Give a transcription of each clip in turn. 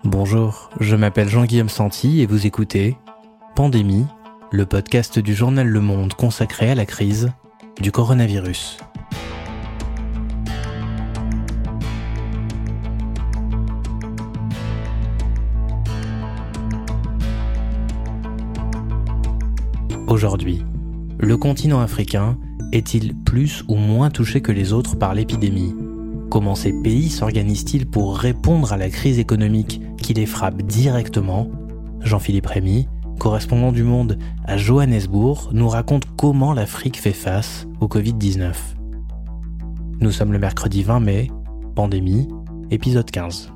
Bonjour, je m'appelle Jean-Guillaume Santi et vous écoutez Pandémie, le podcast du journal Le Monde consacré à la crise du coronavirus. Aujourd'hui, le continent africain est-il plus ou moins touché que les autres par l'épidémie ? Comment ces pays s'organisent-ils pour répondre à la crise économique qui les frappe directement ? Jean-Philippe Rémy, correspondant du Monde à Johannesburg, nous raconte comment l'Afrique fait face au Covid-19. Nous sommes le mercredi 20 mai, Pandémie, épisode 15.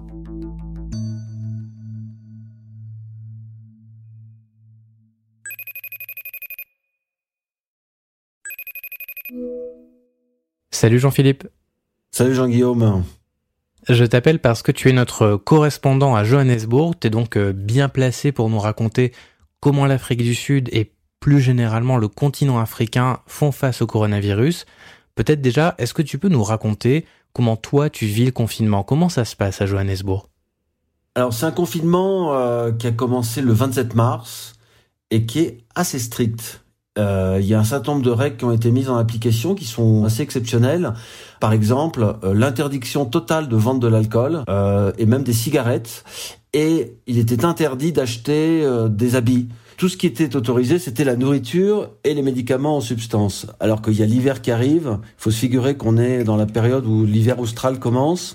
Salut Jean-Philippe. Salut Jean-Guillaume. Je t'appelle parce que tu es notre correspondant à Johannesburg. Tu es donc bien placé pour nous raconter comment l'Afrique du Sud et plus généralement le continent africain font face au coronavirus. Peut-être déjà, est-ce que tu peux nous raconter comment toi tu vis le confinement ? Comment ça se passe à Johannesburg ? Alors c'est un confinement qui a commencé le 27 mars et qui est assez strict. Il y a un certain nombre de règles qui ont été mises en application qui sont assez exceptionnelles. Par exemple, l'interdiction totale de vente de l'alcool et même des cigarettes. Et il était interdit d'acheter des habits. Tout ce qui était autorisé, c'était la nourriture et les médicaments en substance. Alors qu'il y a l'hiver qui arrive, il faut se figurer qu'on est dans la période où l'hiver austral commence.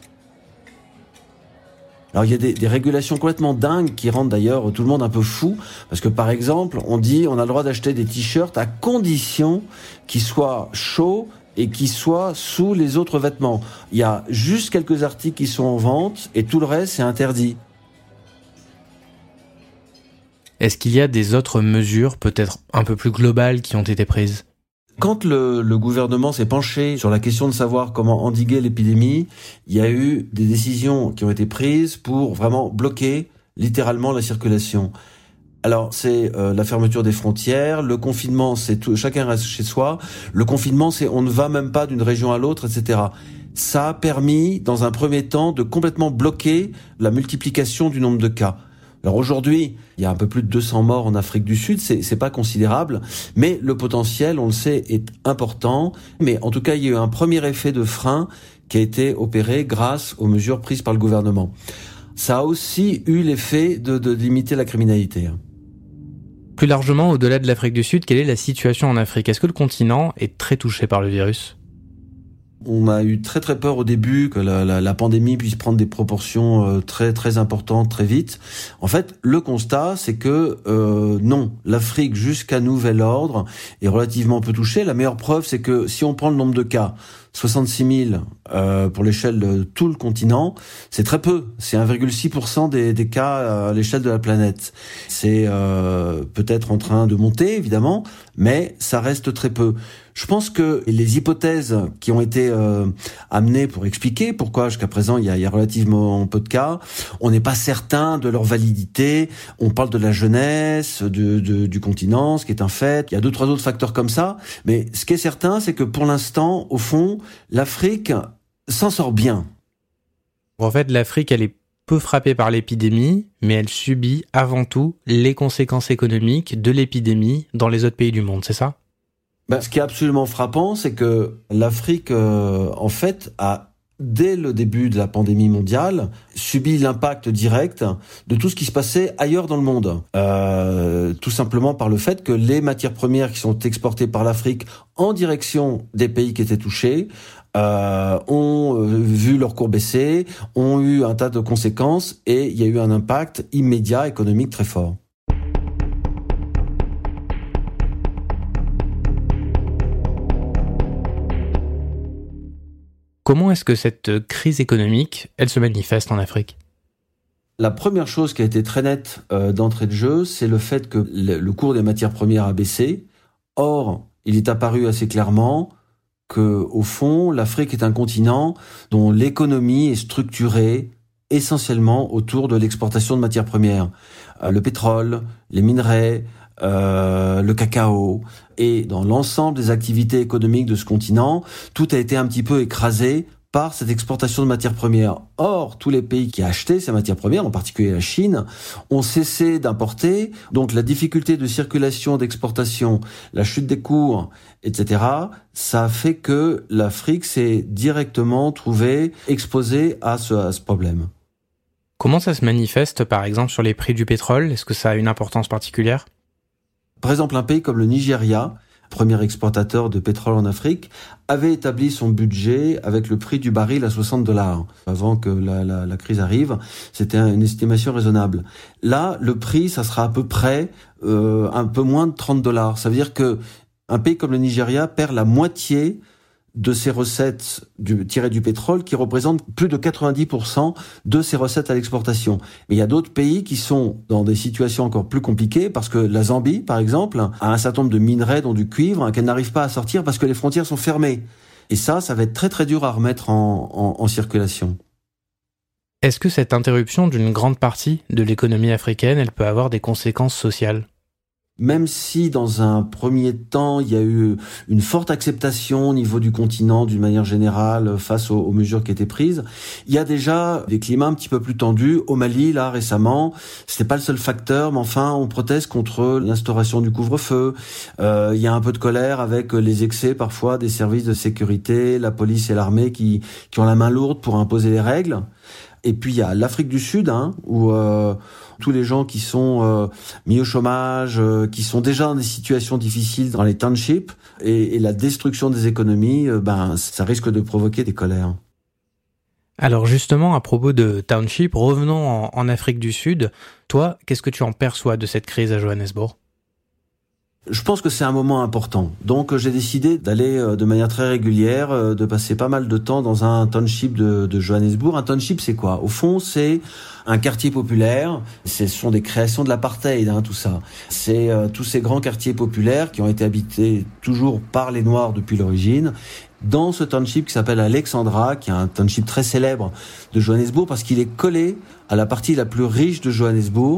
Alors il y a des régulations complètement dingues qui rendent d'ailleurs tout le monde un peu fou, parce que par exemple, on dit on a le droit d'acheter des t-shirts à condition qu'ils soient chauds et qu'ils soient sous les autres vêtements. Il y a juste quelques articles qui sont en vente et tout le reste c'est interdit. Est-ce qu'il y a des autres mesures, peut-être un peu plus globales, qui ont été prises ? Quand le gouvernement s'est penché sur la question de savoir comment endiguer l'épidémie, il y a eu des décisions qui ont été prises pour vraiment bloquer littéralement la circulation. Alors c'est la fermeture des frontières, le confinement c'est tout, chacun reste chez soi, le confinement c'est on ne va même pas d'une région à l'autre, etc. Ça a permis dans un premier temps de complètement bloquer la multiplication du nombre de cas. Alors aujourd'hui, il y a un peu plus de 200 morts en Afrique du Sud, c'est pas considérable, mais le potentiel, on le sait, est important. Mais en tout cas, il y a eu un premier effet de frein qui a été opéré grâce aux mesures prises par le gouvernement. Ça a aussi eu l'effet de limiter la criminalité. Plus largement, au-delà de l'Afrique du Sud, quelle est la situation en Afrique ? Est-ce que le continent est très touché par le virus ? On a eu très très peur au début que la pandémie puisse prendre des proportions très très importantes très vite. En fait, le constat, c'est que non, l'Afrique jusqu'à nouvel ordre est relativement peu touchée. La meilleure preuve, c'est que si on prend le nombre de cas, 66 000 pour l'échelle de tout le continent, c'est très peu. C'est 1,6% des cas à l'échelle de la planète. C'est peut-être en train de monter, évidemment, mais ça reste très peu. Je pense que les hypothèses qui ont été amenées pour expliquer pourquoi jusqu'à présent il y a relativement peu de cas, on n'est pas certain de leur validité. On parle de la jeunesse du continent, ce qui est un fait. Il y a 2-3 autres facteurs comme ça, mais ce qui est certain, c'est que pour l'instant, au fond, l'Afrique s'en sort bien. En fait, l'Afrique, elle est peu frappée par l'épidémie, mais elle subit avant tout les conséquences économiques de l'épidémie dans les autres pays du monde, c'est ça ? Ce qui est absolument frappant, c'est que l'Afrique, en fait, a, dès le début de la pandémie mondiale, subi l'impact direct de tout ce qui se passait ailleurs dans le monde. Tout simplement par le fait que les matières premières qui sont exportées par l'Afrique en direction des pays qui étaient touchés ont vu leur cours baisser, ont eu un tas de conséquences et il y a eu un impact immédiat économique très fort. Comment est-ce que cette crise économique, elle se manifeste en Afrique ? La première chose qui a été très nette d'entrée de jeu, c'est le fait que le cours des matières premières a baissé. Or, il est apparu assez clairement que, au fond, l'Afrique est un continent dont l'économie est structurée essentiellement autour de l'exportation de matières premières. Le pétrole, les minerais, le cacao, et dans l'ensemble des activités économiques de ce continent, tout a été un petit peu écrasé par cette exportation de matières premières. Or, tous les pays qui achetaient ces matières premières, en particulier la Chine, ont cessé d'importer. Donc la difficulté de circulation, d'exportation, la chute des cours, etc., ça a fait que l'Afrique s'est directement trouvée exposée à ce problème. Comment ça se manifeste, par exemple, sur les prix du pétrole ? Est-ce que ça a une importance particulière ? Par exemple, un pays comme le Nigeria, premier exportateur de pétrole en Afrique, avait établi son budget avec le prix du baril à $60. Avant que la crise arrive, c'était une estimation raisonnable. Là, le prix, ça sera à peu près un peu moins de $30. Ça veut dire que un pays comme le Nigeria perd la moitié de ses recettes tirées du pétrole, qui représentent plus de 90% de ses recettes à l'exportation. Mais il y a d'autres pays qui sont dans des situations encore plus compliquées, parce que la Zambie, par exemple, a un certain nombre de minerais, dont du cuivre, qu'elle n'arrive pas à sortir parce que les frontières sont fermées. Et ça va être très très dur à remettre en circulation. Est-ce que cette interruption d'une grande partie de l'économie africaine, elle peut avoir des conséquences sociales ? Même si dans un premier temps, il y a eu une forte acceptation au niveau du continent d'une manière générale face aux mesures qui étaient prises, il y a déjà des climats un petit peu plus tendus. Au Mali, là, récemment, c'était pas le seul facteur, mais enfin, on proteste contre l'instauration du couvre-feu. Il y a un peu de colère avec les excès, parfois, des services de sécurité, la police et l'armée qui ont la main lourde pour imposer les règles. Et puis il y a l'Afrique du Sud, où tous les gens qui sont mis au chômage, qui sont déjà dans des situations difficiles dans les townships, et la destruction des économies, ça risque de provoquer des colères. Alors justement, à propos de township, revenons en Afrique du Sud. Toi, qu'est-ce que tu en perçois de cette crise à Johannesburg ? Je pense que c'est un moment important. Donc j'ai décidé d'aller de manière très régulière, de passer pas mal de temps dans un township de Johannesburg. Un township, c'est quoi ? Au fond, c'est un quartier populaire. Ce sont des créations de l'apartheid, tout ça. C'est tous ces grands quartiers populaires qui ont été habités toujours par les Noirs depuis l'origine. Dans ce township qui s'appelle Alexandra, qui est un township très célèbre de Johannesburg, parce qu'il est collé à la partie la plus riche de Johannesburg.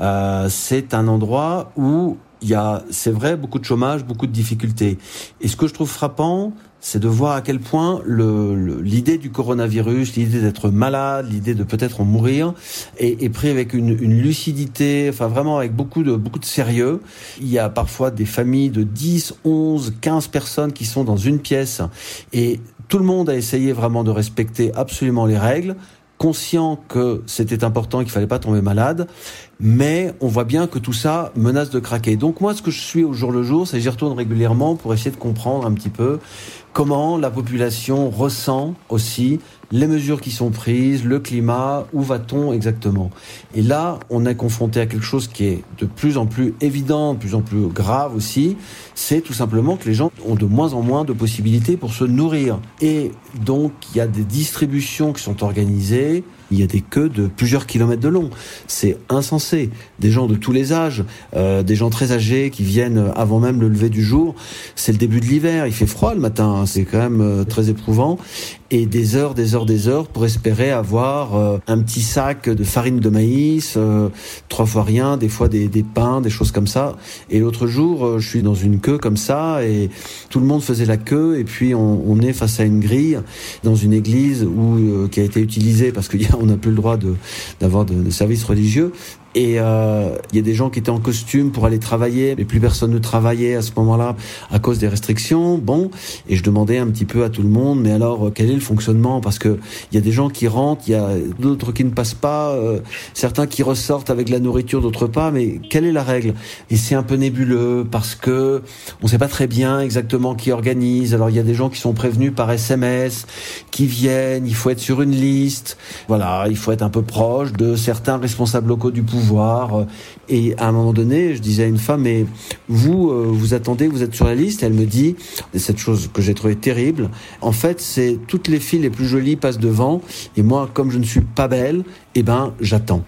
C'est un endroit où il y a, c'est vrai, beaucoup de chômage, beaucoup de difficultés. Et ce que je trouve frappant, c'est de voir à quel point l'idée du coronavirus, l'idée d'être malade, l'idée de peut-être en mourir, est pris avec une lucidité, enfin vraiment avec beaucoup de sérieux. Il y a parfois des familles de 10, 11, 15 personnes qui sont dans une pièce, et tout le monde a essayé vraiment de respecter absolument les règles, conscient que c'était important et qu'il fallait pas tomber malade, mais on voit bien que tout ça menace de craquer. Donc moi, ce que je suis au jour le jour, c'est que j'y retourne régulièrement pour essayer de comprendre un petit peu comment la population ressent aussi les mesures qui sont prises, le climat, où va-t-on exactement. Et là, on est confronté à quelque chose qui est de plus en plus évident, de plus en plus grave aussi, c'est tout simplement que les gens ont de moins en moins de possibilités pour se nourrir. Et donc, il y a des distributions qui sont organisées, il y a des queues de plusieurs kilomètres de long. C'est insensé. Des gens de tous les âges, des gens très âgés qui viennent avant même le lever du jour. C'est le début de l'hiver, il fait froid le matin, c'est quand même très éprouvant. Et des heures pour espérer avoir un petit sac de farine de maïs, 3 fois rien, des fois des pains, des choses comme ça. Et l'autre jour, je suis dans une queue comme ça, et tout le monde faisait la queue, et puis on est face à une grille dans une église qui a été utilisée parce qu'on n'a plus le droit d'avoir de services religieux. Et il y a des gens qui étaient en costume pour aller travailler, mais plus personne ne travaillait à ce moment-là à cause des restrictions. Bon, et je demandais un petit peu à tout le monde, mais alors quel est le fonctionnement ? Parce que il y a des gens qui rentrent, il y a d'autres qui ne passent pas, certains qui ressortent avec de la nourriture, d'autres pas. Mais quelle est la règle ? Et c'est un peu nébuleux parce que on sait pas très bien exactement qui organise. Alors il y a des gens qui sont prévenus par SMS, qui viennent. Il faut être sur une liste. Voilà, il faut être un peu proche de certains responsables locaux du pouvoir. Et à un moment donné, je disais à une femme, mais vous attendez, vous êtes sur la liste. Elle me dit, cette chose que j'ai trouvée terrible, en fait, c'est toutes les filles les plus jolies passent devant, et moi, comme je ne suis pas belle, j'attends.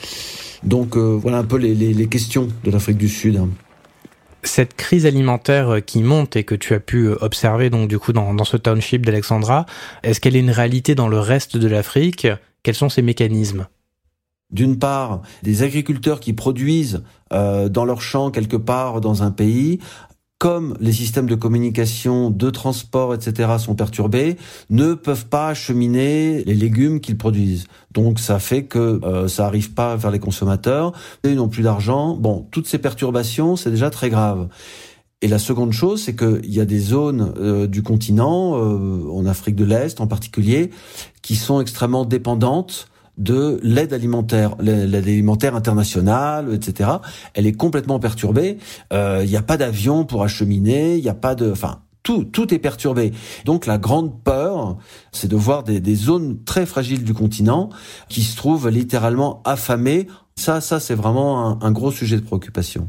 Donc voilà un peu les questions de l'Afrique du Sud. Cette crise alimentaire qui monte et que tu as pu observer donc du coup dans ce township d'Alexandra, est-ce qu'elle est une réalité dans le reste de l'Afrique ? Quels sont ses mécanismes ? D'une part, des agriculteurs qui produisent dans leur champ quelque part dans un pays comme les systèmes de communication, de transport, etc. sont perturbés, ne peuvent pas acheminer les légumes qu'ils produisent. Donc ça fait que ça arrive pas vers les consommateurs, ils n'ont plus d'argent. Bon, toutes ces perturbations, c'est déjà très grave. Et la seconde chose, c'est qu'il y a des zones du continent, en Afrique de l'Est en particulier, qui sont extrêmement dépendantes de l'aide alimentaire internationale, etc. Elle est complètement perturbée. Il n'y a pas d'avion pour acheminer, il n'y a pas de, tout est perturbé. Donc la grande peur, c'est de voir des zones très fragiles du continent qui se trouvent littéralement affamées. Ça c'est vraiment un gros sujet de préoccupation.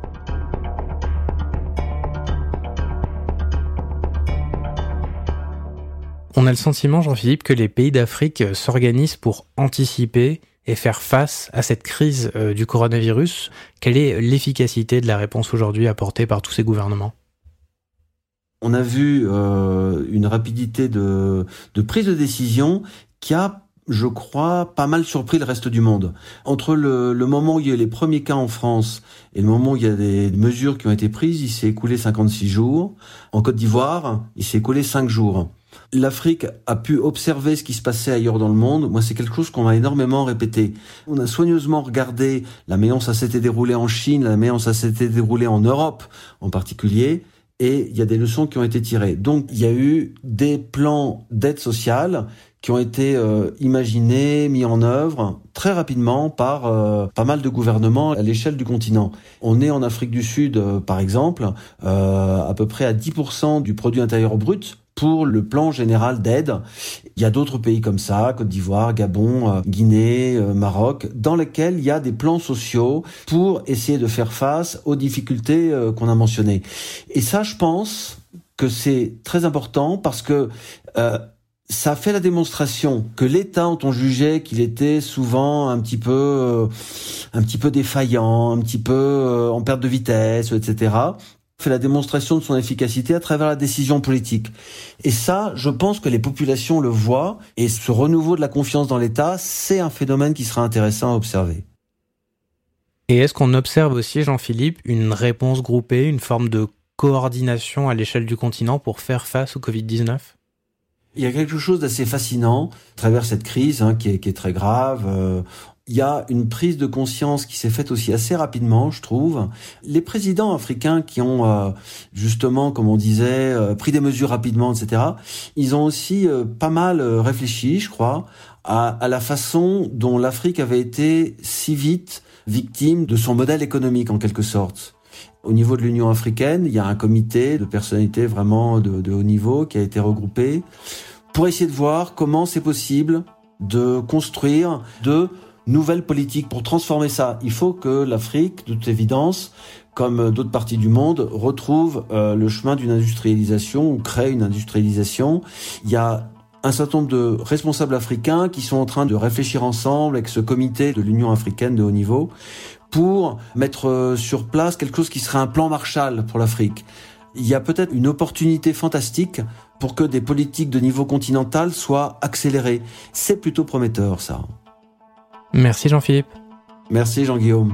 On a le sentiment, Jean-Philippe, que les pays d'Afrique s'organisent pour anticiper et faire face à cette crise du coronavirus. Quelle est l'efficacité de la réponse aujourd'hui apportée par tous ces gouvernements ? On a vu une rapidité de prise de décision qui a, je crois, pas mal surpris le reste du monde. Entre le moment où il y a eu les premiers cas en France et le moment où il y a des mesures qui ont été prises, il s'est écoulé 56 jours. En Côte d'Ivoire, il s'est écoulé 5 jours. L'Afrique a pu observer ce qui se passait ailleurs dans le monde. Moi, c'est quelque chose qu'on a énormément répété. On a soigneusement regardé la manière dont ça s'était déroulé en Chine, la manière dont ça s'était déroulé en Europe en particulier. Et il y a des leçons qui ont été tirées. Donc, il y a eu des plans d'aide sociale qui ont été imaginés, mis en œuvre très rapidement par pas mal de gouvernements à l'échelle du continent. On est en Afrique du Sud, par exemple, à peu près à 10% du produit intérieur brut pour le plan général d'aide. Il y a d'autres pays comme ça, Côte d'Ivoire, Gabon, Guinée, Maroc, dans lesquels il y a des plans sociaux pour essayer de faire face aux difficultés qu'on a mentionnées. Et ça, je pense que c'est très important parce que ça fait la démonstration que l'État, dont on jugeait qu'il était souvent un petit peu défaillant, un petit peu en perte de vitesse, etc., fait la démonstration de son efficacité à travers la décision politique. Et ça, je pense que les populations le voient, et ce renouveau de la confiance dans l'État, c'est un phénomène qui sera intéressant à observer. Et est-ce qu'on observe aussi, Jean-Philippe, une réponse groupée, une forme de coordination à l'échelle du continent pour faire face au Covid-19 ? Il y a quelque chose d'assez fascinant à travers cette crise qui est très grave. Il y a une prise de conscience qui s'est faite aussi assez rapidement, je trouve. Les présidents africains qui ont justement, comme on disait, pris des mesures rapidement, etc., ils ont aussi pas mal réfléchi, je crois, à la façon dont l'Afrique avait été si vite victime de son modèle économique, en quelque sorte. Au niveau de l'Union africaine, il y a un comité de personnalités vraiment de haut niveau qui a été regroupé pour essayer de voir comment c'est possible de construire de nouvelles politiques pour transformer ça. Il faut que l'Afrique, de toute évidence, comme d'autres parties du monde, retrouve le chemin d'une industrialisation ou crée une industrialisation. Il y a un certain nombre de responsables africains qui sont en train de réfléchir ensemble avec ce comité de l'Union africaine de haut niveau pour mettre sur place quelque chose qui serait un plan Marshall pour l'Afrique. Il y a peut-être une opportunité fantastique pour que des politiques de niveau continental soient accélérées. C'est plutôt prometteur, ça. Merci Jean-Philippe. Merci Jean-Guillaume.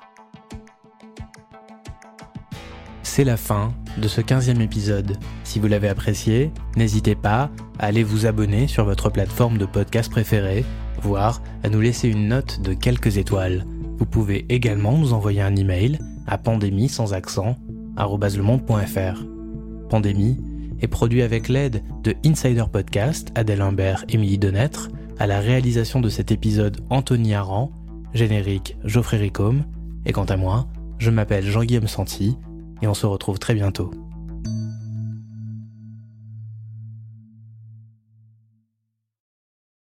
C'est la fin de ce 15e épisode. Si vous l'avez apprécié, n'hésitez pas à aller vous abonner sur votre plateforme de podcast préférée, voire à nous laisser une note de quelques étoiles. Vous pouvez également nous envoyer un email à pandémie@lemonde.fr. Pandémie est produit avec l'aide de Insider Podcast, Adèle Imbert, Émilie Denêtre, à la réalisation de cet épisode Anthony Aran, générique Geoffrey Ricôme, et quant à moi, je m'appelle Jean-Guillaume Santi, et on se retrouve très bientôt.